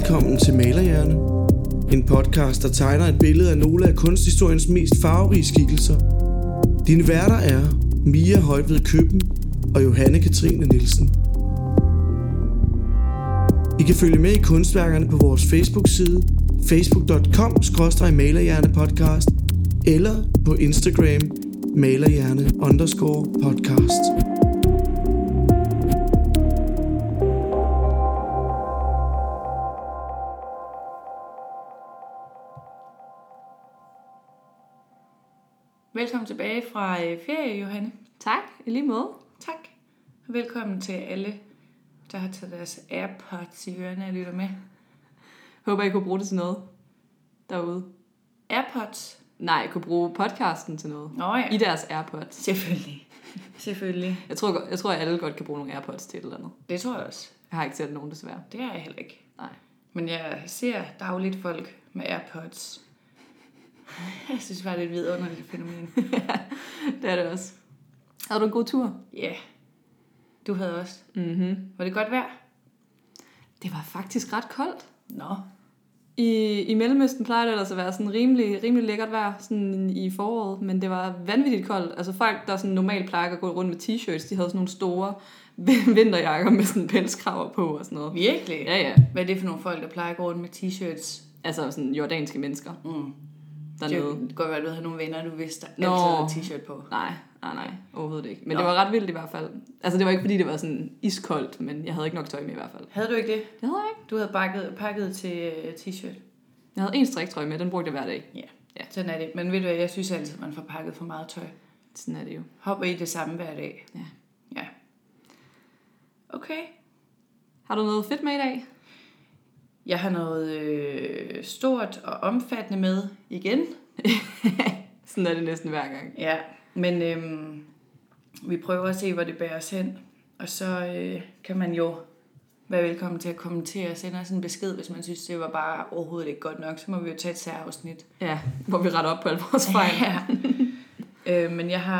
Velkommen til Malerhjerne, en podcast, der tegner et billede af nogle af kunsthistoriens mest farverige skikkelser. Dine værter er Mia Højtved Køben og Johanne Katrine Nielsen. I kan følge med i kunstværkerne på vores Facebook-side facebook.com/malerhjernepodcast eller på Instagram malerhjerne_podcast. Velkommen tilbage fra ferie, Johanne. Tak, i lige måde. Tak. Og velkommen til alle, der har taget deres AirPods i ørerne og lytter med. Håber, I kunne bruge det til noget derude. AirPods? Nej, I kunne bruge podcasten til noget. Nå ja. I deres AirPods. Selvfølgelig. Jeg tror, at alle godt kan bruge nogle AirPods til et eller andet. Det tror jeg også. Jeg har ikke set nogen desværre. Det har jeg heller ikke. Nej. Men jeg ser dagligt folk med AirPods. Jeg synes bare, det er et vidunderligt fænomen. Ja, det er det også. Havde du en god tur? Ja. Yeah. Du havde også. Mhm. Var det godt vejr? Det var faktisk ret koldt. Nå. I Mellemøsten plejer det ellers at være sådan rimelig lækkert vejr sådan i foråret, men det var vanvittigt koldt. Altså folk, der sådan normalt plejer at gå rundt med t-shirts, de havde sådan nogle store vinterjakker med sådan pelskraver på og sådan noget. Virkelig? Ja. Hvad er det for nogle folk, der plejer at gå rundt med t-shirts? Altså sådan jordanske mennesker. Det kan godt være, at du havde nogle venner, du vidste, der altid havde t-shirt på. Nej, overhovedet ikke. Men det var ret vildt i hvert fald. Altså det var ikke fordi, det var sådan iskoldt, men jeg havde ikke nok tøj med i hvert fald. Havde du ikke det? Det havde jeg ikke. Du havde pakket til t-shirt? Jeg havde en striktrøje med, den brugte jeg hver dag. Ja, sådan er det. Men ved du hvad, jeg synes altid, at man får pakket for meget tøj. Sådan er det jo. Hopper i det samme hver dag. Ja. Okay. Har du noget fedt med i dag? Jeg har noget stort og omfattende med igen. Sådan er det næsten hver gang. Ja, men vi prøver at se, hvor det bærer os hen. Og så kan man jo være velkommen til at kommentere og sende os en besked, hvis man synes, det var bare overhovedet ikke godt nok. Så må vi jo tage et særafsnit. Ja, hvor vi retter op på alle vores fejl. Ja. Men jeg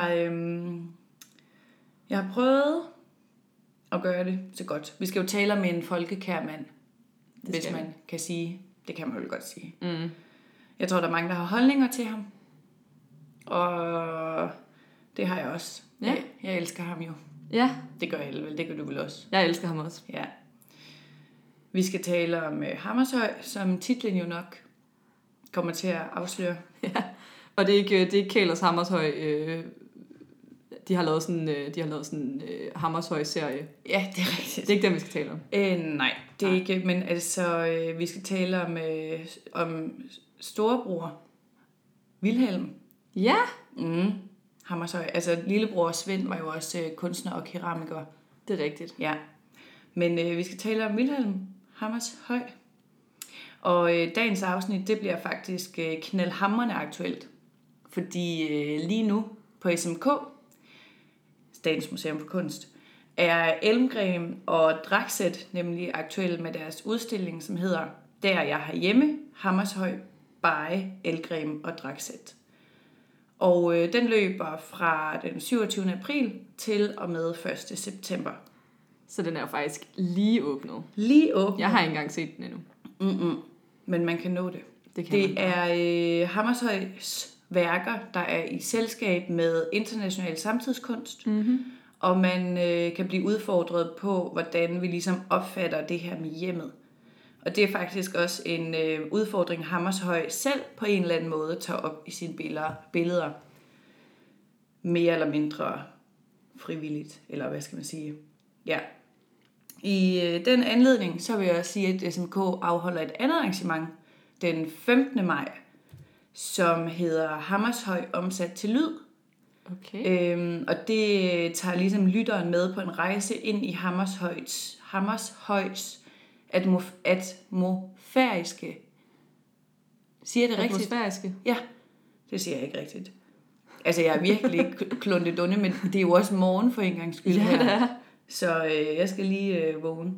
har prøvet at gøre det så godt. Vi skal jo tale om en folkekær mand, hvis man kan sige. Det kan man jo godt sige. Mm. Jeg tror, der er mange, der har holdninger til ham. Og det har jeg også. Ja. Jeg elsker ham jo. Ja. Det gør alle vel. Det gør du vel også. Jeg elsker ham også. Ja. Vi skal tale om Hammershøi, som titlen jo nok kommer til at afsløre. Ja. Og det er ikke Kælers Hammershøi. De har lavet sådan en Hammershøi-serie. Ja, det er rigtigt. Det er ikke det, vi skal tale om. Nej, det er ikke. Men altså, vi skal tale om storebror Vilhelm. Ja. Hammershøi. Altså, lillebror Svend var jo også kunstner og keramiker. Det er rigtigt. Ja. Men vi skal tale om Vilhelm Hammershøi. Og dagens afsnit, det bliver faktisk knaldhamrende aktuelt. Fordi lige nu på SMK, Statens Museum for Kunst, er Elmgreen og Dragset nemlig aktuelle med deres udstilling, som hedder Der jeg har hjemme, Hammershøi, Bae, Elmgreen og Dragset. Og den løber fra den 27. april til og med 1. september. Så den er jo faktisk lige åbnet. Lige åbnet? Jeg har ikke engang set den endnu. Men man kan nå det. Det er Hammershøis værker, der er i selskab med international samtidskunst. Mm-hmm. Og man kan blive udfordret på, hvordan vi ligesom opfatter det her med hjemmet. Og det er faktisk også en udfordring, Hammershøi selv på en eller anden måde tager op i sine billeder. Mere eller mindre frivilligt, eller hvad skal man sige. Ja. I den anledning, så vil jeg også sige, at SMK afholder et andet arrangement den 15. maj, som hedder Hammershøi omsat til lyd. Okay. Og det tager ligesom lytteren med på en rejse ind i Hammershøis atmosfæriske. Siger jeg det rigtigt? Atmosfæriske? Ja, det siger jeg ikke rigtigt. Altså, jeg er virkelig ikke kluntet dunde, men det er jo også morgen for en gang skyld her. Ja, det er. Så jeg skal lige vågne.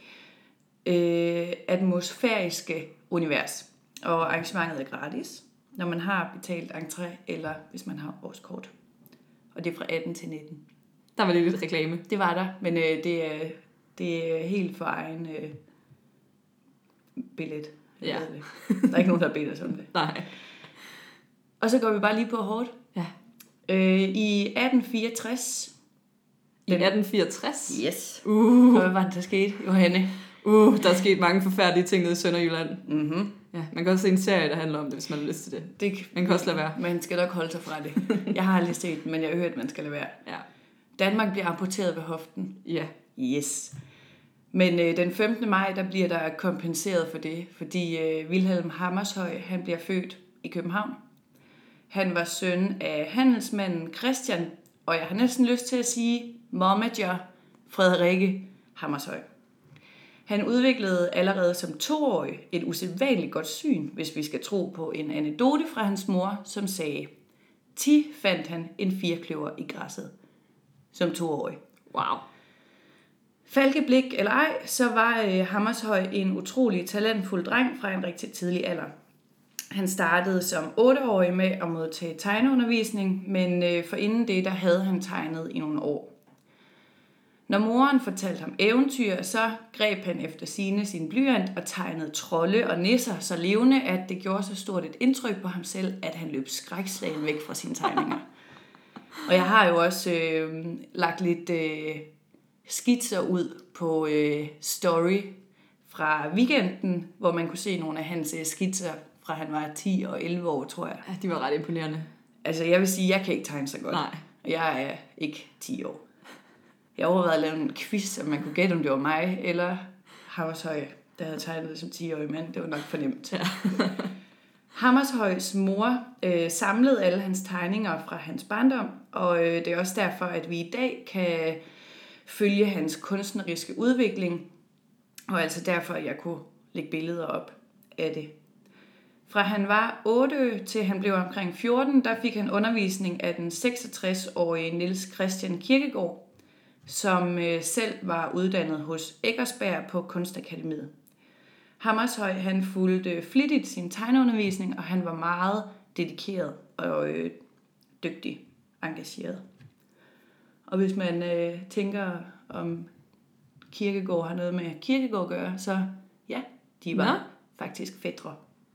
Atmosfæriske univers. Og arrangementet er gratis, når man har betalt entré, eller hvis man har årskort. Og det er fra 18 til 19. Der var lidt reklame. Det var der, men det er helt for egen billet. Ja. Der er ikke nogen, der har bedt os om det. Nej. Og så går vi bare lige på hårdt. Ja. I 1864... I 1864? Yes. Og hvad var det, der skete, Johanne? Der er sket mange forfærdelige ting nede i Sønderjylland. Mm-hmm. Ja, man kan også se en serie, der handler om det, hvis man har lyst til det. Man kan også lade være. Man skal nok holde sig fra det. Jeg har aldrig set den, men jeg har hørt, at man skal lade være. Ja. Danmark bliver amputeret ved hoften. Ja. Yes. Men den 15. maj, der bliver der kompenseret for det, fordi Vilhelm Hammershøi, han bliver født i København. Han var søn af handelsmanden Christian, og jeg har næsten lyst til at sige momager Frederikke Hammershøi. Han udviklede allerede som 2-årig et usædvanligt godt syn, hvis vi skal tro på en anekdote fra hans mor, som sagde, fandt han en firkløver i græsset som 2-årig. Wow. Falkeblik eller ej, så var Hammershøi en utrolig talentfuld dreng fra en rigtig tidlig alder. Han startede som 8-årig med at modtage tegneundervisning, men forinden det, der havde han tegnet i nogle år. Når moren fortalte ham eventyr, så greb han efter sin blyant og tegnede trolde og nisser så levende, at det gjorde så stort et indtryk på ham selv, at han løb skrækslagen væk fra sine tegninger. Og jeg har jo også lagt lidt skitser ud på Story fra weekenden, hvor man kunne se nogle af hans skitser fra han var 10 og 11 år, tror jeg. Ja, de var ret imponerende. Altså jeg vil sige, jeg kan ikke tegne så godt. Nej. Jeg er ikke 10 år. Jeg overvejede at lave en quiz, så man kunne gætte, om det var mig eller Hammershøi, der havde tegnet det som 10-årig mand. Det var nok fornemt. Ja. Hammershøis mor samlede alle hans tegninger fra hans barndom, og det er også derfor, at vi i dag kan følge hans kunstneriske udvikling, og altså derfor, at jeg kunne lægge billeder op af det. Fra han var 8 til han blev omkring 14, der fik han undervisning af den 66-årige Niels Christian Kirkegaard, som selv var uddannet hos Eckersberg på Kunstakademiet. Hammershøi, han fulgte flittigt sin tegneundervisning, og han var meget dedikeret og dygtig, engageret. Og hvis man tænker om Kirkegaard har noget med Kirkegaard at gøre, så ja, de var faktisk fætre.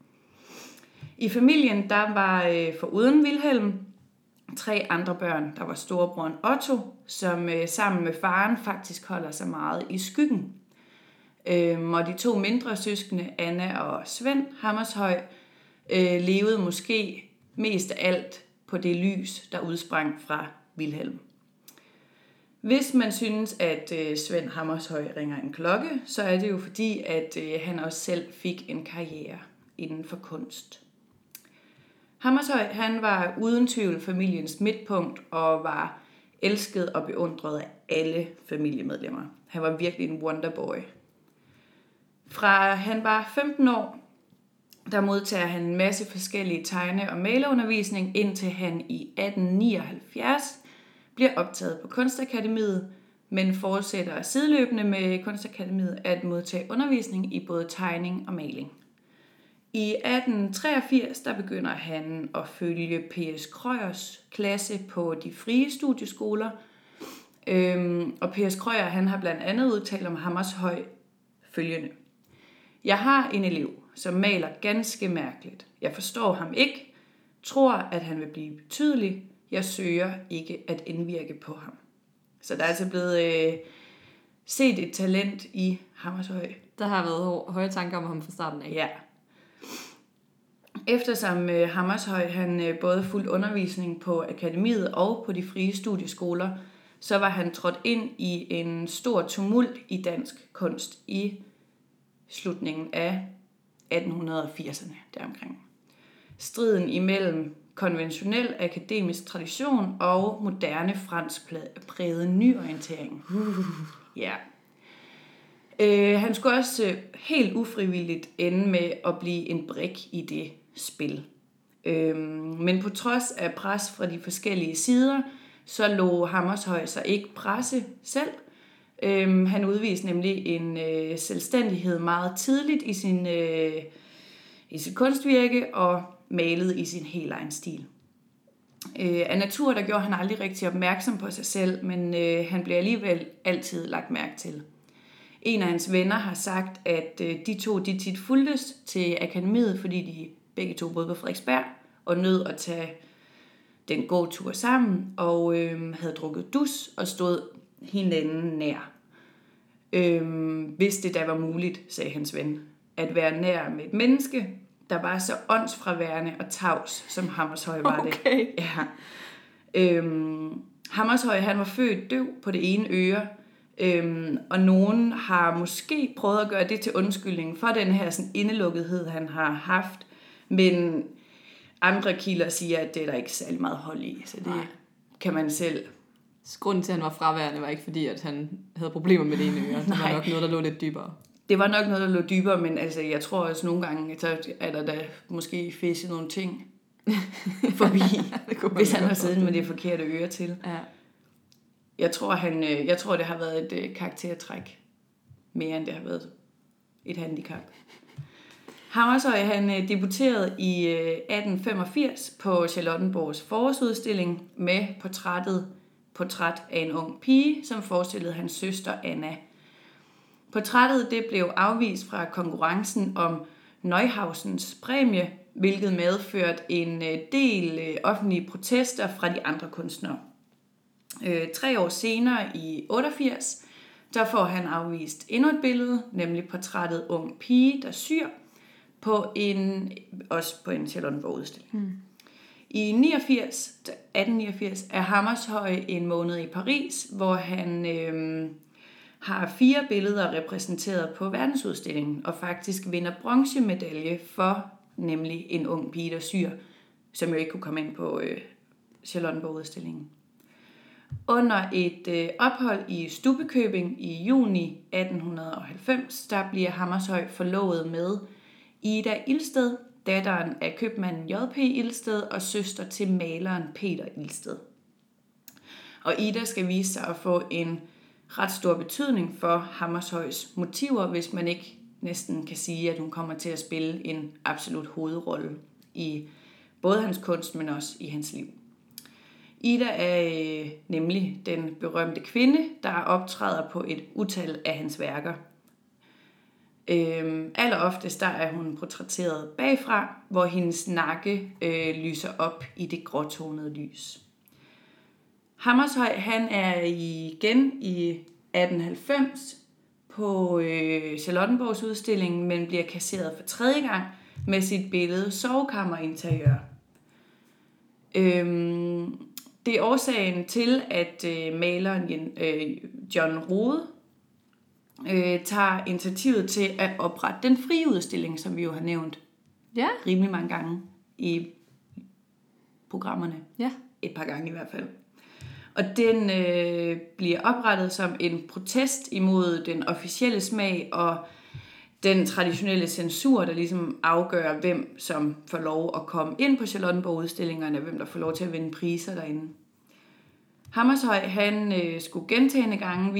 I familien, der var foruden Vilhelm 3 andre børn. Der var storebroren Otto, som sammen med faren faktisk holder sig meget i skyggen. Og de 2 mindre søskende, Anna og Svend Hammershøi, levede måske mest af alt på det lys, der udsprang fra Vilhelm. Hvis man synes, at Svend Hammershøi ringer en klokke, så er det jo fordi, at han også selv fik en karriere inden for kunst. Hammershøi, han var uden tvivl familiens midtpunkt og var elsket og beundret af alle familiemedlemmer. Han var virkelig en wonderboy. Fra han var 15 år, der modtager han en masse forskellige tegne- og malerundervisning, indtil han i 1879 bliver optaget på Kunstakademiet, men fortsætter sideløbende med Kunstakademiet at modtage undervisning i både tegning og maling. I 1883 der begynder han at følge P.S. Krøyers klasse på de frie studieskoler. Og P.S. Krøyer, han har blandt andet udtalt om Hammershøi følgende. Jeg har en elev, som maler ganske mærkeligt. Jeg forstår ham ikke, tror, at han vil blive betydelig. Jeg søger ikke at indvirke på ham. Så der er altså blevet set et talent i Hammershøi. Der har været høje tanker om ham fra starten af. Ja. Eftersom Hammershøi han både fulgte undervisning på akademiet og på de frie studieskoler, så var han trådt ind i en stor tumult i dansk kunst i slutningen af 1880'erne deromkring. Striden imellem konventionel akademisk tradition og moderne fransk præget nyorientering. Ja. Han skulle også helt ufrivilligt ende med at blive en brik i det spil. Men på trods af pres fra de forskellige sider, så lod Hammershøi sig ikke presse selv. Han udviste nemlig en selvstændighed meget tidligt i sit kunstvirke og malede i sin helt egen stil. Af natur, der gjorde han aldrig rigtig opmærksom på sig selv, men han blev alligevel altid lagt mærke til. En af hans venner har sagt, at de to de tit fulgtes til akademiet, fordi de begge to boede på Frederiksberg og nød at tage den gåtur sammen, og havde drukket dus og stod hinanden nær. Hvis det da var muligt, sagde hans ven, at være nær med et menneske, der var så åndsfraværende og tavs, som Hammershøi var det. Okay. Ja. Hammershøi, han var født døv på det ene øre, og nogen har måske prøvet at gøre det til undskyldning for den her sådan indelukkethed, han har haft, men andre kilder siger, at det er der ikke særlig meget hold i, så det kan man selv. Grunden til, at han var fraværende, var ikke fordi, at han havde problemer med det ene øre. Det var nok noget, der lå lidt dybere. Det var nok noget, der lå dybere, men altså, jeg tror også nogle gange, så er der da måske fisket nogle ting forbi, hvis han har siddet med det forkerte øre til. Ja. Jeg tror, det har været et karaktertræk, mere end det har været et handicap. Hammershøi, han debuterede i 1885 på Charlottenborgs forårsudstilling med portræt af en ung pige, som forestillede hans søster Anna. Portrættet det blev afvist fra konkurrencen om Neuhausens præmie, hvilket medførte en del offentlige protester fra de andre kunstnere. 3 år senere i 88, der får han afvist endnu et billede, nemlig portrættet ung pige, der syr, også på en Charlottenborg-udstilling. I 1889 er Hammershøi en måned i Paris, hvor han har 4 billeder repræsenteret på verdensudstillingen, og faktisk vinder bronzemedalje for nemlig en ung pige, der syr, som jo ikke kunne komme ind på Charlottenborg-udstillingen. Under et ophold i Stubbekøbing i juni 1890, der bliver Hammershøi forlovet med Ida Ilsted, datteren af købmanden J.P. Ilsted og søster til maleren Peter Ilsted. Og Ida skal vise sig at få en ret stor betydning for Hammershøis motiver, hvis man ikke næsten kan sige, at hun kommer til at spille en absolut hovedrolle i både hans kunst, men også i hans liv. Ida er nemlig den berømte kvinde, der optræder på et utal af hans værker. Alleroftest der er hun portrætteret bagfra, hvor hendes nakke lyser op i det gråtonede lys. Hammershøi, han er igen i 1890 på Charlottenborgs udstillingen, men bliver kasseret for 3. gang med sit billede Sovekammerinteriør. Det er årsagen til, at maleren John Rode tager initiativet til at oprette den frie udstilling, som vi jo har nævnt rimelig mange gange i programmerne. Ja. Et par gange i hvert fald. Og den bliver oprettet som en protest imod den officielle smag og den traditionelle censur, der ligesom afgør, hvem som får lov at komme ind på Charlottenborg-udstillingerne, og hvem der får lov til at vinde priser derinde. Hammershøi, han skulle gentagne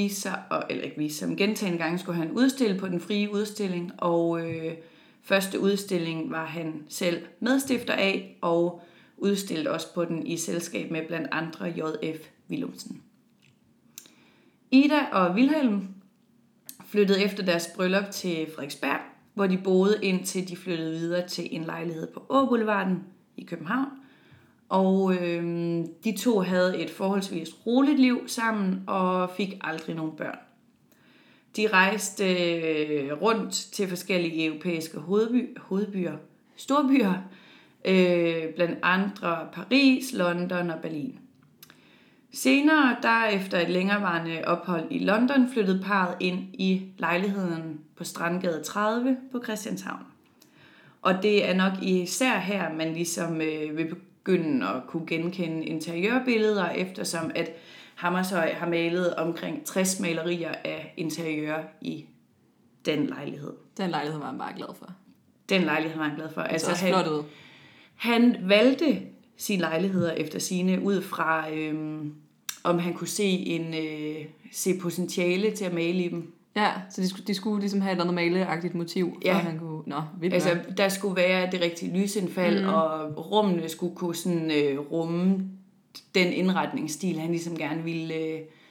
gange skulle han udstille på den frie udstilling, og første udstilling var han selv medstifter af, og udstillede også på den i selskab med blandt andre J.F. Willumsen. Ida og Wilhelm flyttede efter deres bryllup til Frederiksberg, hvor de boede indtil de flyttede videre til en lejlighed på Åboulevarden i København. Og de to havde et forholdsvis roligt liv sammen og fik aldrig nogen børn. De rejste rundt til forskellige europæiske storbyer, blandt andre Paris, London og Berlin. Senere, der efter et længerevarende ophold i London, flyttede parret ind i lejligheden på Strandgade 30 på Christianshavn. Og det er nok især her, man ligesom vil begynde at kunne genkende interiørbilleder, eftersom at Hammershøi har malet omkring 60 malerier af interiør i den lejlighed. Den lejlighed var han bare glad for. Altså han valgte sine lejligheder efter sine ud fra, om han kunne se potentiale til at male i dem. Ja, så de skulle ligesom have et eller andet maleagtigt motiv, for han kunne... Altså, der skulle være det rigtige lysindfald, og rummene skulle kunne sådan, rumme den indretningsstil, han ligesom gerne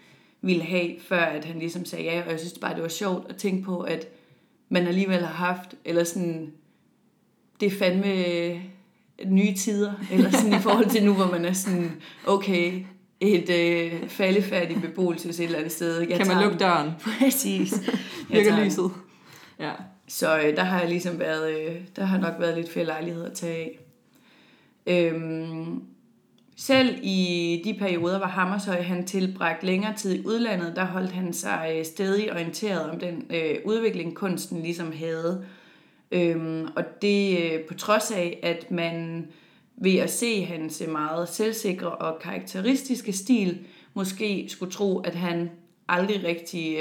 ville have, før at han ligesom sagde ja, og jeg synes bare, det var sjovt at tænke på, at man alligevel har haft, eller sådan, det er fandme nye tider, eller sådan i forhold til nu, hvor man er sådan, okay, et faldefærdigt beboelse et eller andet sted. Kan man lukke døren? Præcis. Virker lyset. Ja. Så der har jeg ligesom været, der har nok været lidt flere lejligheder at tage af. Selv i de perioder, hvor Hammershøi han tilbragte længere tid i udlandet, der holdt han sig stadig orienteret om den udvikling, kunsten ligesom havde. Og det på trods af, at man ved at se hans meget selvsikre og karakteristiske stil, måske skulle tro, at han aldrig rigtig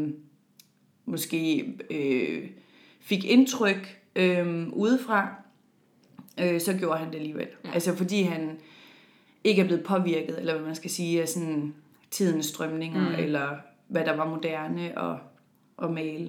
fik indtryk udefra, så gjorde han det alligevel. Ja. Altså fordi han ikke er blevet påvirket, eller hvad man skal sige, af sådan tidens strømninger, eller hvad der var moderne og male.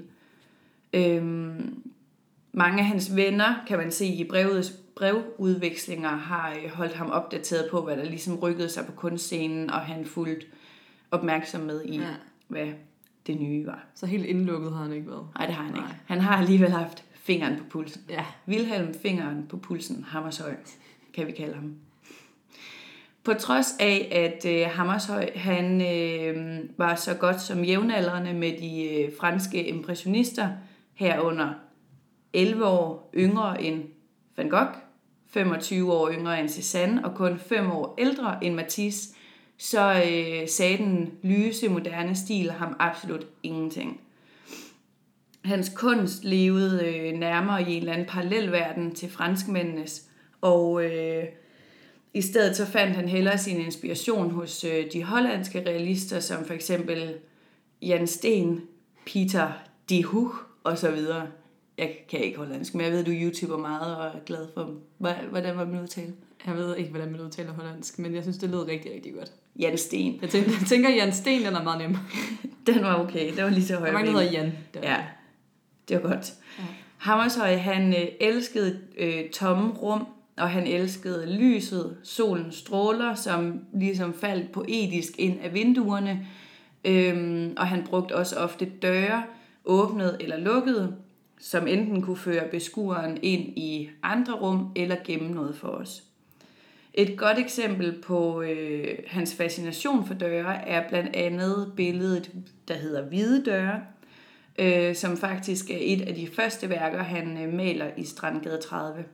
Mange af hans venner, kan man se i brevudvekslinger, har holdt ham opdateret på, hvad der ligesom rykkede sig på kunstscenen, og han fulgt opmærksom med i, hvad det nye var. Så helt indlukket har han ikke været? Nej, det har han ikke. Han har alligevel haft fingeren på pulsen. Ja. Wilhelm fingeren på pulsen, Hammershøi, kan vi kalde ham. På trods af, at Hammershøi han var så godt som jævnaldrende med de franske impressionister, herunder 11 år yngre end Van Gogh, 25 år yngre end Cézanne og kun 5 år ældre end Matisse, så sagde den lyse, moderne stil ham absolut ingenting. Hans kunst levede nærmere i en eller anden parallelverden til franskmændenes, og i stedet så fandt han hellere sin inspiration hos de hollandske realister, som for eksempel Jan Steen, Pieter de Hoog og så videre. Jeg kan ikke hollandsk, men jeg ved, du YouTuber meget og er glad for dem. Hvordan var min udtale? Jeg ved ikke, hvordan man udtaler hollandsk, men jeg synes, det lød rigtig, rigtig godt. Jan Steen. Jeg tænker, Jan Steen, den er meget nem. Den var okay. Det var lige så højt. Der var mange, der hedder Jan. Ja, det var godt. Ja. Hammershøi, han elskede tomme rum, og han elskede lyset, solens stråler, som ligesom faldt poetisk ind af vinduerne. Og han brugte også ofte døre, åbnede eller lukkede, som enten kunne føre beskueren ind i andre rum eller gemme noget for os. Et godt eksempel på hans fascination for døre er blandt andet billedet, der hedder Hvide Døre, som faktisk er et af de første værker, han maler i Strandgade 30.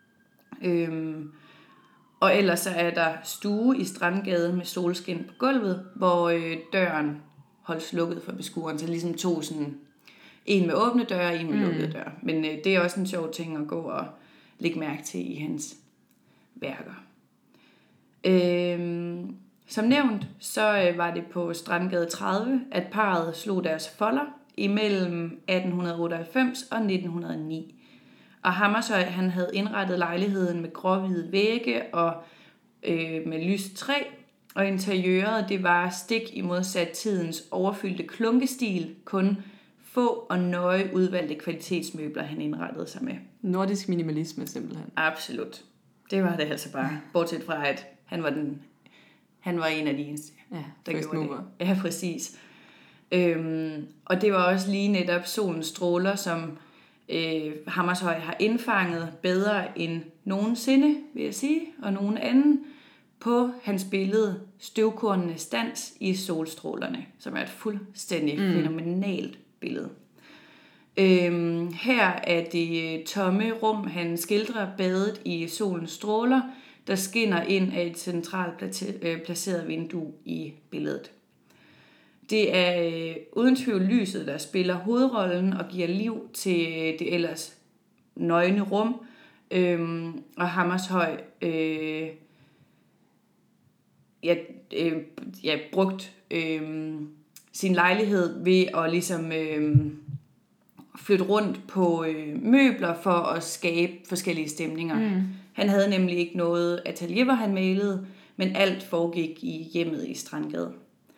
Og ellers så er der stue i Strandgade med solskin på gulvet, hvor døren holdes lukket for beskueren, så ligesom to sådan en med åbne døre og en med lukkede døre. Men det er også en sjov ting at gå og lægge mærke til i hans værker. Som nævnt, så var det på Strandgade 30, at parret slog deres folder imellem 1898 og 1909. Og Hammershøi, han havde indrettet lejligheden med gråhvide vægge og med lyst træ, og interiøret det var stik i modsat tidens overfyldte klunkestil, kun få og nøje udvalgte kvalitetsmøbler, han indrettede sig med. Nordisk minimalisme simpelthen. Absolut. Det var det altså bare. Bortset fra, at han var en af de eneste, der gjorde det. Ja, præcis. Og det var også lige netop solens stråler, som Hammershøi har indfanget bedre end nogensinde, vil jeg sige, og nogen anden, på hans billede Støvkornenes dans i solstrålerne, som er et fuldstændig fænomenalt billede. Her er det tomme rum, han skildrer badet i solens stråler, der skinner ind af et centralt placeret vindue i billedet. Det er uden tvivl lyset, der spiller hovedrollen og giver liv til det ellers nøgne rum. Og Hammershøi brugt sin lejlighed ved at ligesom flytte rundt på møbler for at skabe forskellige stemninger. Han havde nemlig ikke noget atelier, hvor han malede, men alt foregik i hjemmet i Strandgade.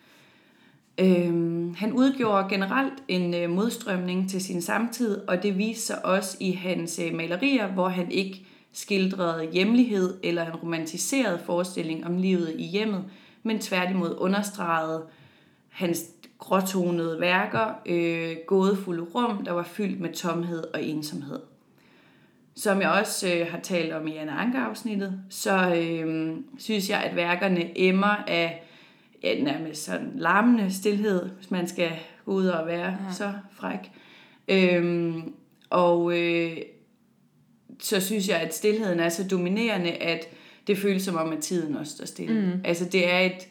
Han udgjorde generelt en modstrømning til sin samtid, og det viste sig også i hans malerier, hvor han ikke skildrede hjemlighed eller en romantiseret forestilling om livet i hjemmet, men tværtimod understregede hans gråtonede værker, gådefulde rum, der var fyldt med tomhed og ensomhed. Som jeg også har talt om i Anna Anker-afsnittet, så synes jeg, at værkerne emmer af nærmest sådan larmende stilhed, hvis man skal gå ud og være så fræk. Så synes jeg, at stilheden er så dominerende, at det føles som om, at tiden også står stille. Altså det er et...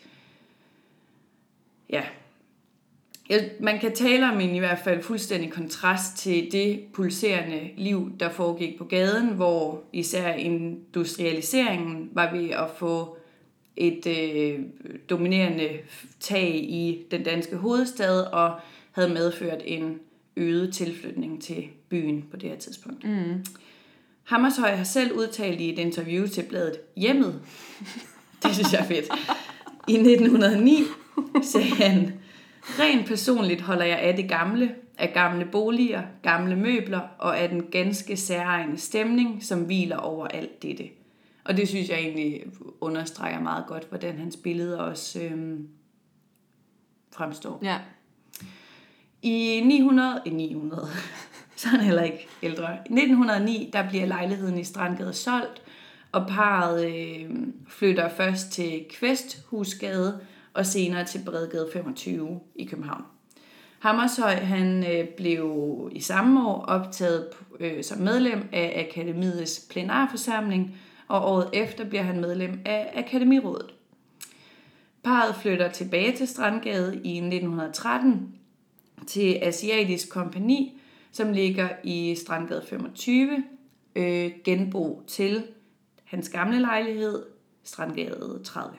Ja... Man kan tale om en i hvert fald fuldstændig kontrast til det pulserende liv, der foregik på gaden, hvor især industrialiseringen var ved at få et dominerende tag i den danske hovedstad og havde medført en øget tilflytning til byen på det her tidspunkt. Hammershøi har selv udtalt i et interview til bladet Hjemmet, det synes jeg er fedt, i 1909 sagde han: "Rent personligt holder jeg af det gamle, af gamle boliger, gamle møbler og af den ganske særegne stemning, som hviler over alt dette." Og det synes jeg egentlig understreger meget godt, hvordan hans billeder også fremstår. Ja. I 900, så er han heller ikke ældre. I 1909, der bliver lejligheden i Strandgade solgt, og parret flytter først til Kvæsthusgade, og senere til Bredgade 25 i København. Hammershøi, han blev i samme år optaget som medlem af Akademiets plenarforsamling, og året efter bliver han medlem af Akademirådet. Parret flytter tilbage til Strandgade i 1913 til Asiatisk Kompagni, som ligger i Strandgade 25, genbo til hans gamle lejlighed, Strandgade 30.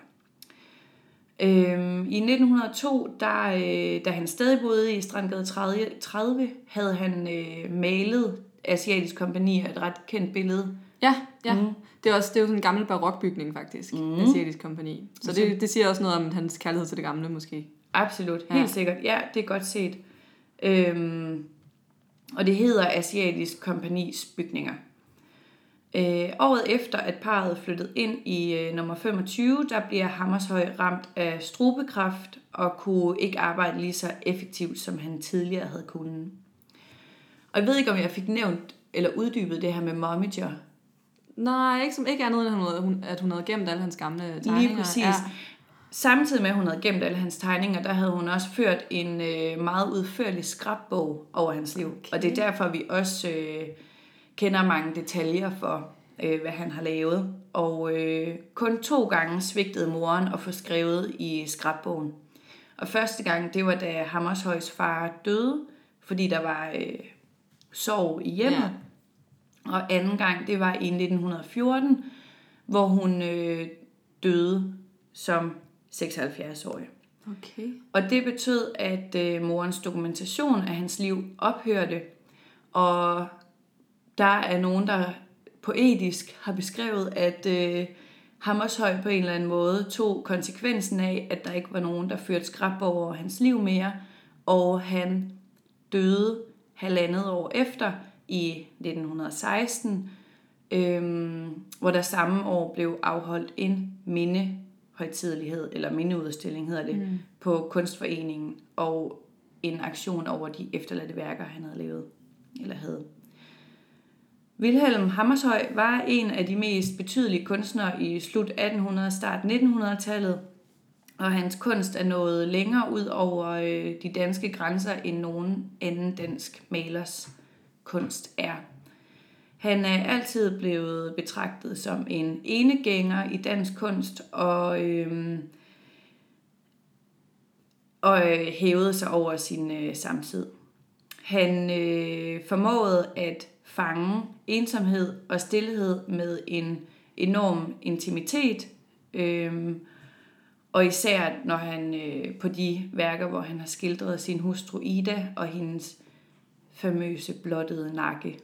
I 1902, da han stadig boede i Strandgade 30, havde han malet Asiatisk Kompagni, et ret kendt billede. Ja. Det er jo sådan en gammel barokbygning faktisk, Asiatisk Kompagni. Så det siger også noget om hans kærlighed til det gamle måske. Absolut, helt sikkert. Ja, det er godt set. Og det hedder Asiatisk Kompagnis bygninger. Året efter, at parret flyttede ind i nummer 25, der bliver Hammershøi ramt af strubekræft og kunne ikke arbejde lige så effektivt, som han tidligere havde kunnet. Og jeg ved ikke, om jeg fik nævnt eller uddybet det her med momager. Nej, ikke andet end, at hun havde gemt alle hans gamle tegninger. Lige præcis. Ja. Samtidig med, at hun havde gemt alle hans tegninger, der havde hun også ført en meget udførlig skrabbog over hans liv. Okay. Og det er derfor, vi også kender mange detaljer for, hvad han har lavet. Og kun 2 gange svigtede moren at få skrevet i skrabbogen. Og første gang, det var da Hammershøis far døde, fordi der var sorg i hjemmet. Ja. Og anden gang, det var i 1914, hvor hun døde som 76-årig. Okay. Og det betød, at morens dokumentation af hans liv ophørte, og der er nogen, der poetisk har beskrevet, at Hammershøi på en eller anden måde tog konsekvensen af, at der ikke var nogen, der førte skrabbog over hans liv mere, og han døde 1,5 år efter i 1916, hvor der samme år blev afholdt en mindehøjtidelighed, eller mindeudstilling hedder det, på Kunstforeningen, og en aktion over de efterladte værker, han havde lavet, eller havde. Wilhelm Hammershøi var en af de mest betydelige kunstnere i slut 1800- start 1900-tallet, og hans kunst er nået længere ud over de danske grænser, end nogen anden dansk malers kunst er. Han er altid blevet betragtet som en enegænger i dansk kunst, og hævede sig over sin samtid. Han formåede at fange ensomhed og stilhed med en enorm intimitet, og især når han på de værker, hvor han har skildret sin hustru Ida og hendes famøse blottede nakke.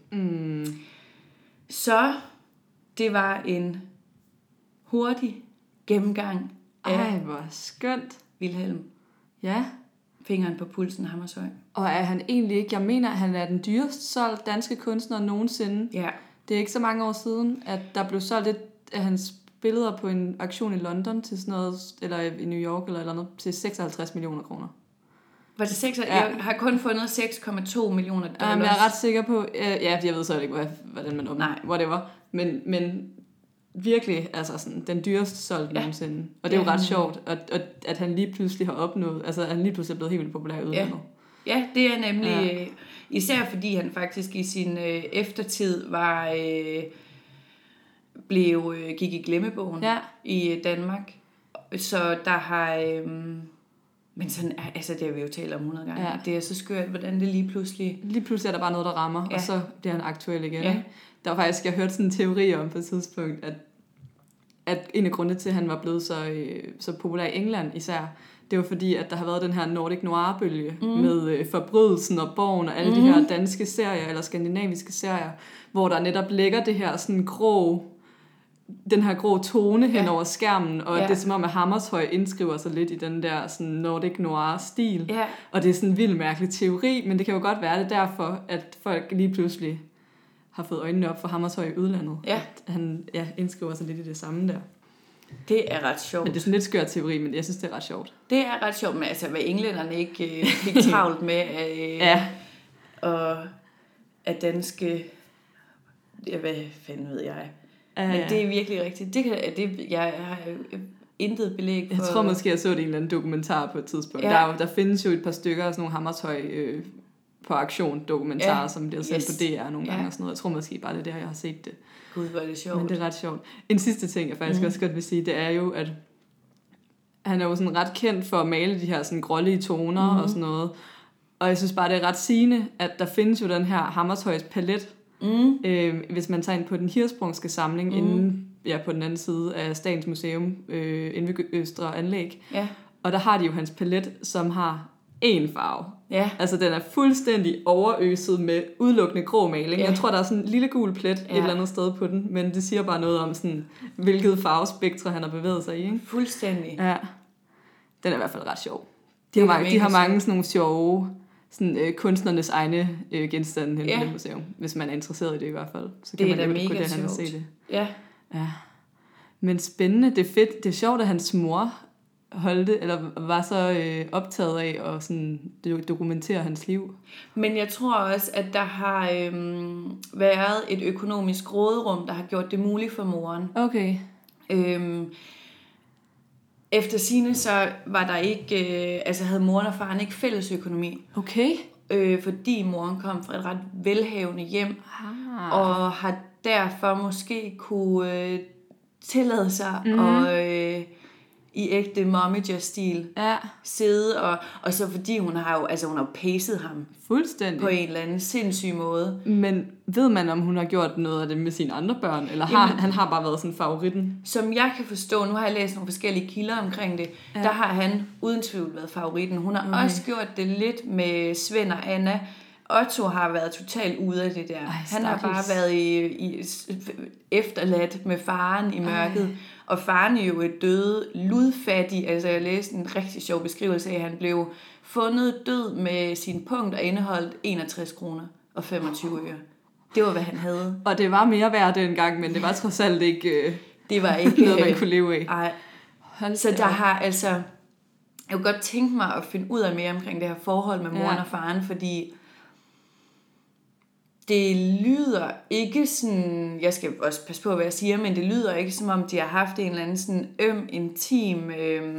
Så det var en hurtig gennemgang af hvor skønt. Wilhelm. Ja. Fingeren på pulsen Hammershøi. Og er han egentlig ikke, jeg mener, at han er den dyrest solgt danske kunstner nogensinde. Ja. Det er ikke så mange år siden, at der blev solgt et af hans billeder på en auktion i London til sådan noget, eller i New York eller andet, til 56 millioner kroner. Var det 6? Ja. Jeg har kun fundet 6,2 millioner dollars. Jeg er ret sikker på, jeg ved så ikke, hvordan man whatever. Men virkelig, altså sådan, den dyreste solgt nogensinde. Og det er jo ret sjovt, at han lige pludselig har opnået, altså han lige pludselig er blevet helt vildt populær i udlandet. Ja, det er nemlig, især fordi han faktisk i sin eftertid var, gik i glemmebogen i Danmark. Så der har, men sådan, altså det har vi jo talt om 100 gange, det er så skørt, hvordan det lige pludselig... Lige pludselig er der bare noget, der rammer, og så bliver han aktuel igen. Ja. Der var faktisk, jeg hørte sådan en teori om på et tidspunkt, at en af grundene til, at han var blevet så populær i England især, det var fordi, at der har været den her Nordic Noir-bølge med Forbrydelsen og Borgen og alle de her danske serier, eller skandinaviske serier, hvor der netop ligger det her sådan den her grå tone hen over skærmen, og det er som om, at Hammershøi indskriver sig lidt i den der sådan Nordic Noir-stil. Ja. Og det er sådan en vild mærkelig teori, men det kan jo godt være det derfor, at folk lige pludselig har fået øjnene op for Hammershøi i udlandet. Ja. At han indskriver sig lidt i det samme der. Det er ret sjovt. Men det er sådan lidt skør teori, men jeg synes, det er ret sjovt. Det er ret sjovt, men altså, hvad englænderne ikke fik travlt med, og at danske... hvad fanden ved jeg... Men det er virkelig rigtigt. Jeg har intet belæg for... Jeg tror måske, jeg så det i en eller anden dokumentar på et tidspunkt. Ja. Der findes jo et par stykker af sådan nogle Hammershøi på aktion dokumentarer, som bliver sendt på DR nogle gange og sådan noget. Jeg tror måske bare, det er der, jeg har set det. Gud, hvor er det sjovt. Men det er ret sjovt. En sidste ting, jeg faktisk også godt vil sige, det er jo, at han er jo sådan ret kendt for at male de her sådan grålige toner og sådan noget. Og jeg synes bare, det er ret sigende, at der findes jo den her Hammershøis palet, hvis man tager ind på den Hirschsprungske samling inde på den anden side af Statens Museum inde ved Østre Anlæg. Ja. Og der har de jo hans palet, som har én farve. Ja. Altså den er fuldstændig overøset med udelukkende grå maling. Jeg tror, der er sådan en lille gul plet et eller andet sted på den, men det siger bare noget om sådan, hvilket farvespektre han har bevæget sig i. Ikke? Fuldstændig. Ja. Den er i hvert fald ret sjov. De har mange sådan nogle sjove sådan, kunstnernes egne genstande hen på det museum, hvis man er interesseret i det i hvert fald. Så kan man jo gå derhen og se det. Ja. Men spændende, det er fedt. Det er sjovt, at hans mor holdte, eller var så optaget af at sådan, dokumentere hans liv. Men jeg tror også, at der har været et økonomisk råderum, der har gjort det muligt for moren. Okay. Efter sigende så var der ikke, havde moren og faren ikke fælles økonomi. Okay. Fordi moren kom fra et ret velhavende hjem, og har derfor måske kunne tillade sig at i ægte momager-stil sidde, og så fordi hun har pacet ham fuldstændig på en eller anden sindssyg måde. Men ved man, om hun har gjort noget af det med sine andre børn, eller han har bare været sådan favoritten? Som jeg kan forstå, nu har jeg læst nogle forskellige kilder omkring det, der har han uden tvivl været favoritten. Hun har også gjort det lidt med Svend og Anna. Otto har været totalt ude af det der. Han har bare været i efterladt med faren i mørket. Og faren er jo et døde ludfattig. Altså jeg læste en rigtig sjov beskrivelse af, at han blev fundet død med sin punkt og indeholdt 61 kroner og 25 øre. Det var, hvad han havde. Og det var mere værd dengang, men det var trods alt ikke, det var ikke noget, man kunne leve af. Nej. Så der har jeg kunne godt tænke mig at finde ud af mere omkring det her forhold med moren og faren, fordi det lyder ikke sådan, jeg skal også passe på, hvad jeg siger, men det lyder ikke, som om de har haft en eller anden sådan intim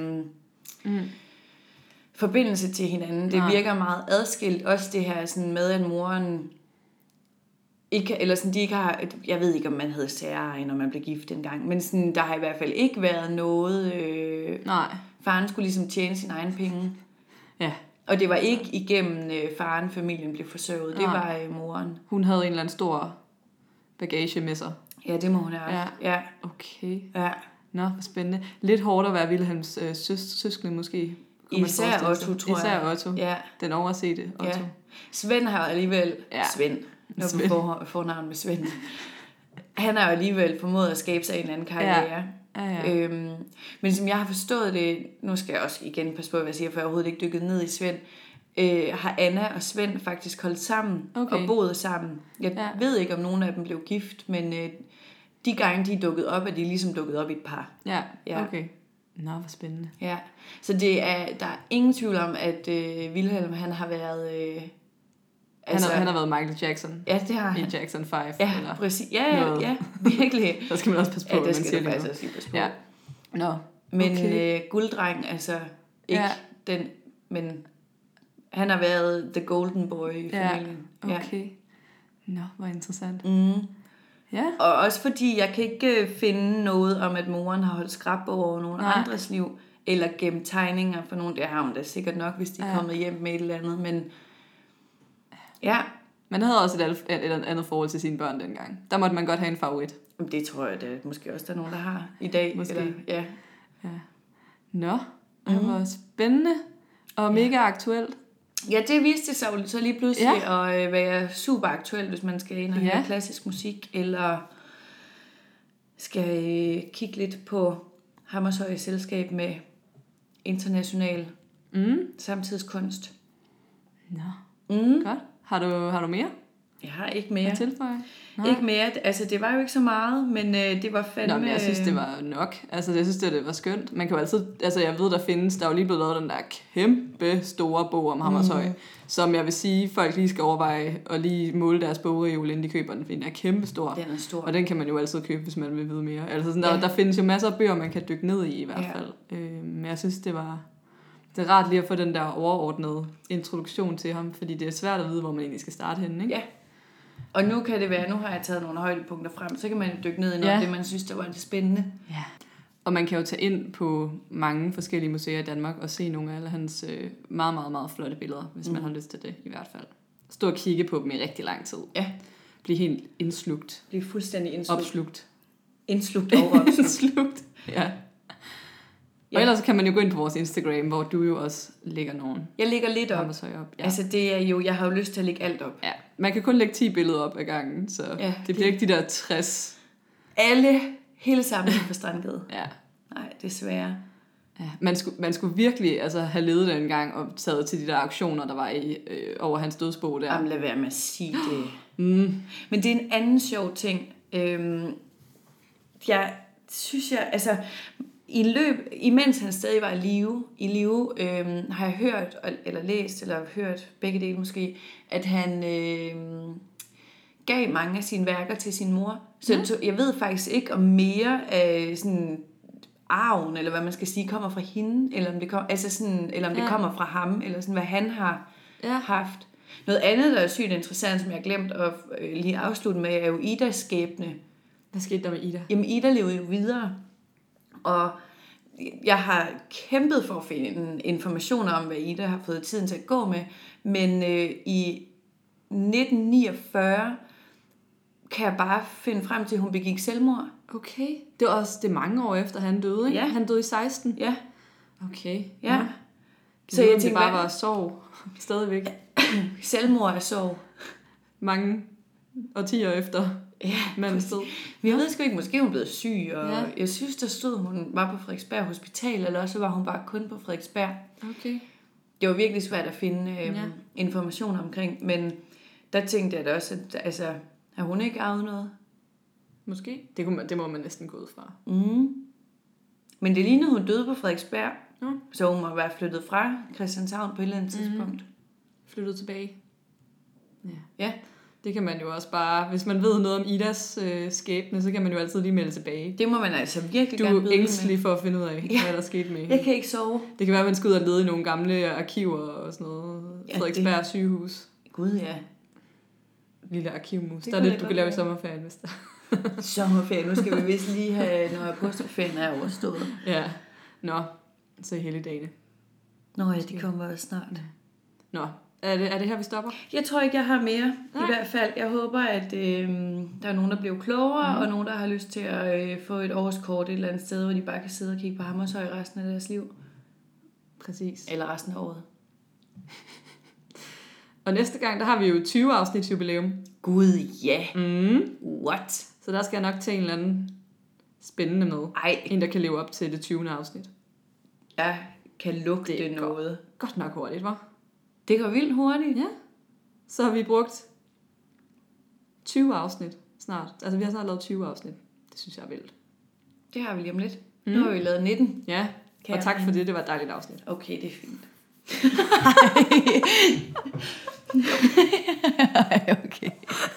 forbindelse til hinanden. Det virker meget adskilt, også det her sådan med, at moren ikke, eller sådan, de ikke har, jeg ved ikke, om man havde særeje, når man blev gift engang, men sådan, der har i hvert fald ikke været noget, faren skulle ligesom tjene sine egne penge. Ja. Og det var ikke igennem faren, familien blev forsørget. Det var moren. Hun havde en eller anden stor bagage med sig. Ja, det må hun have. Ja. Okay. Ja. Nå, hvor spændende. Lidt hårdt at være Vilhelms søskende måske. Især Otto, tror jeg. Især Otto. Ja. Den oversete Otto. Ja. Svend har alligevel... Ja. Svend. Fornavn med Svend. Han har jo alligevel formået at skabe sig en eller anden karriere. Ja. Men som jeg har forstået det, nu skal jeg også igen passe på, hvad jeg siger, for jeg overhovedet ikke dykket ned i Svend, har Anna og Svend faktisk holdt sammen og boet sammen. Jeg ved ikke, om nogen af dem blev gift, men de gange de er dukket op, er de ligesom dukket op i et par. Ja, okay. Nå, hvor spændende. Ja, så der er ingen tvivl om, at Wilhelm, han har været... Han har været Michael Jackson. Ja, det har han. I Jackson 5. Ja, eller præcis. Ja, virkelig. Der skal man også passe på, ja, hvad man der siger skal du lige faktisk nu. også lige passe på. Ja. Nå, Men okay. gulddreng, altså ikke den, men han har været the golden boy i familien. Okay. Nå, hvor interessant. Ja. Og også fordi jeg kan ikke finde noget om, at moren har holdt skrabbog over nogle andres liv, eller gemt tegninger for nogen. Det har hun da sikkert nok, hvis de er kommet hjem med et eller andet, men ja. Man havde også et andet forhold til sine børn dengang. Der måtte man godt have en favorit. Det tror jeg, det måske også der er nogen, der har i dag. Måske. Eller, ja. Nå, det var spændende og mega aktuelt. Ja, det viste sig jo så lige pludselig at være super aktuelt, hvis man skal ind og høre klassisk musik, eller skal kigge lidt på Hammershøi selskab med international samtidskunst. Nå, godt. Har du mere? Jeg har ikke mere. At tilføje? Ikke mere. Altså, det var jo ikke så meget, men det var fandme... Nå, men jeg synes, det var nok. Altså, jeg synes, det var skønt. Man kan jo altid... Altså, jeg ved, der er jo lige blevet lavet den der kæmpe store bog om Hammershøi, som jeg vil sige, folk lige skal overveje og lige måle deres bogreol, inden de køber den, fordi den er kæmpe stor. Den er stor. Og den kan man jo altid købe, hvis man vil vide mere. Altså, sådan, der findes jo masser af bøger, man kan dykke ned i hvert fald. Men jeg synes, det er rart lige at få den der overordnede introduktion til ham, fordi det er svært at vide, hvor man egentlig skal starte henne, ikke? Ja. Og nu kan det være, nu har jeg taget nogle højdepunkter frem, så kan man dykke ned i noget af det, man synes, der var det spændende. Ja. Og man kan jo tage ind på mange forskellige museer i Danmark og se nogle af alle hans meget, meget, meget flotte billeder, hvis man har lyst til det i hvert fald. Stå og kigge på dem i rigtig lang tid. Ja. Blive helt indslugt. Blive fuldstændig indslugt. Opslugt. Indslugt over opslugt. Indslugt, ja. Og ellers kan man jo gå ind på vores Instagram, hvor du jo også lægger nogen. Jeg lægger lidt op. Ja. Altså det er jo, jeg har jo lyst til at lægge alt op. Ja, man kan kun lægge 10 billeder op ad gangen, så det bliver ikke de der 60. Alle, hele sammen på Strandgade. Ja. Nej, desværre. Ja, man skulle virkelig have levet den gang og taget til de der aktioner, der var i over hans dødsbo der. Jamen lad være med at sige det. Men det er en anden sjov ting. Jeg synes, altså... imens han stadig var i live, har jeg hørt, eller læst, eller hørt begge dele måske, at han gav mange af sine værker til sin mor. Så jeg ved faktisk ikke, om mere af sådan arven, eller hvad man skal sige, kommer fra hende, eller om det, det kommer fra ham, eller sådan, hvad han har haft. Noget andet, der er sygt interessant, som jeg har glemt at lige afslutte med, er jo Idas skæbne. Hvad skete der med Ida? Jamen, Ida levede jo videre, og jeg har kæmpet for at finde informationer om, hvad Ida har fået tiden til at gå med, men i 1949 kan jeg bare finde frem til, at hun begik selvmord. Okay. Det er mange år efter, han døde, ikke? Ja. Han døde i 16? Ja. Okay. Ja. Så jeg tænker, det bare var sorg stadigvæk. Selvmord er sorg. Mange årtier efter mandens død. Men jeg ved sgu ikke, måske hun blev syg, og jeg synes, der stod, hun var på Frederiksberg Hospital, eller også var hun bare kun på Frederiksberg. Okay. Det var virkelig svært at finde information omkring, men der tænkte jeg da også, at altså, har hun ikke arvet noget? Måske. Det må man næsten gå ud fra. Men det lignede, hun døde på Frederiksberg, så hun må være flyttet fra Christianshavn på et eller andet tidspunkt. Flyttet tilbage. Ja. Det kan man jo også bare, hvis man ved noget om Idas skæbne, så kan man jo altid lige melde tilbage. Det må man altså virkelig gerne vide. Du er ængstelig for at finde ud af, hvad der skete med hende. Jeg kan ikke sove. Det kan være, at man skal ud og lede i nogle gamle arkiver og sådan noget. Frederiksberg sygehus. Gud, ja. Lille arkivmus. Der er lidt, du kan lave i sommerferien, hvis der. Sommerferien. Nu skal vi vist lige have, når påskeferien er overstået. Ja. Nå, så i hele dagene. Nå ja, de kommer også snart. Nå. Er det her, vi stopper? Jeg tror ikke, jeg har mere. I hvert fald. Jeg håber, at der er nogen, der bliver klogere, og nogen, der har lyst til at få et årskort et eller andet sted, hvor de bare kan sidde og kigge på Hammershøi resten af deres liv. Præcis. Eller resten af året. Og næste gang, der har vi jo 20 afsnits jubilæum. Gud, ja. What? Så der skal jeg nok tage en eller anden spændende med. En, der kan leve op til det 20. afsnit. Jeg kan lugte det noget. Godt nok hurtigt, hva'? Det går vildt hurtigt. Ja. Så har vi brugt 20 afsnit snart. Altså, vi har snart lavet 20 afsnit. Det synes jeg er vildt. Det har vi lige om lidt. Nu har vi lavet 19. Ja, Og tak for det var et dejligt afsnit. Okay, det er fint. Okay.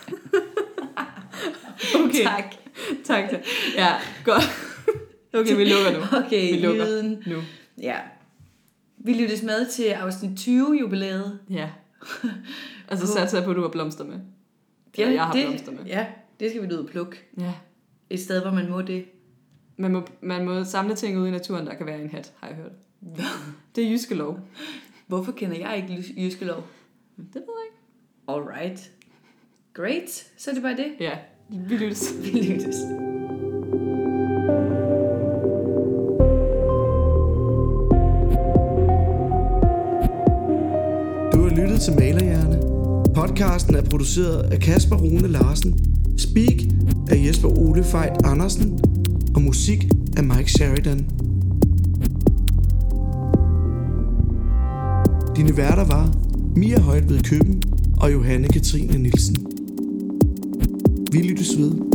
Okay. Tak. Ja, godt. Okay, vi lukker nu. Okay, vi lukker lyden. nu. Ja. Vi lyttes med til afsnit 20 jubilæet. Ja. Og så satser jeg på, at du har blomster med. Ja, jeg har blomster med. Ja, det skal vi ud og plukke. Ja. Et sted, hvor man må det. Man må samle ting ude i naturen, der kan være i en hat, har jeg hørt. Det er jyske lov. Hvorfor kender jeg ikke jyske lov? Det ved jeg ikke. Alright. Great. Så er det bare det. Ja, vi lyttes. Vi lyttes. Du har lyttet til Malerhjerne. Podcasten er produceret af Kasper Rune Larsen. Speak af Jesper Ole Fejt Andersen. Og musik af Mike Sheridan. Dine værter var Mia Højtved Køben og Johanne Katrine Nielsen. Vi lyttes ved.